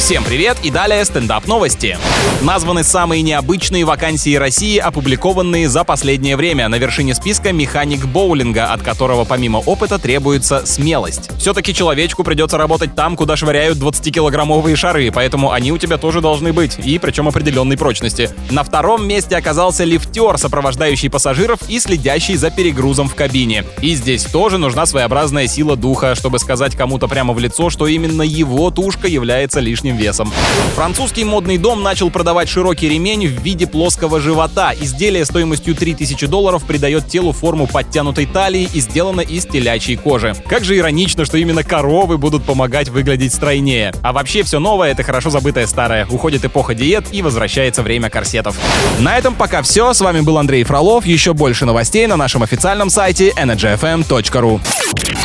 Всем привет и далее стендап-новости. Названы самые необычные вакансии России, опубликованные за последнее время. На вершине списка механик боулинга, от которого помимо опыта требуется смелость. Все-таки человечку придется работать там, куда швыряют 20-килограммовые шары, поэтому они у тебя тоже должны быть, и причем определенной прочности. На втором месте оказался лифтер, сопровождающий пассажиров и следящий за перегрузом в кабине. И здесь тоже нужна своеобразная сила духа, чтобы сказать кому-то прямо в лицо, что именно его тушка является лишним весом. Французский модный дом начал продавать широкий ремень в виде плоского живота. Изделие стоимостью $3000 придает телу форму подтянутой талии и сделано из телячьей кожи. Как же иронично, что именно коровы будут помогать выглядеть стройнее. А вообще все новое — это хорошо забытое старое. Уходит эпоха диет и возвращается время корсетов. На этом пока все. С вами был Андрей Фролов. Еще больше новостей на нашем официальном сайте energyfm.ru.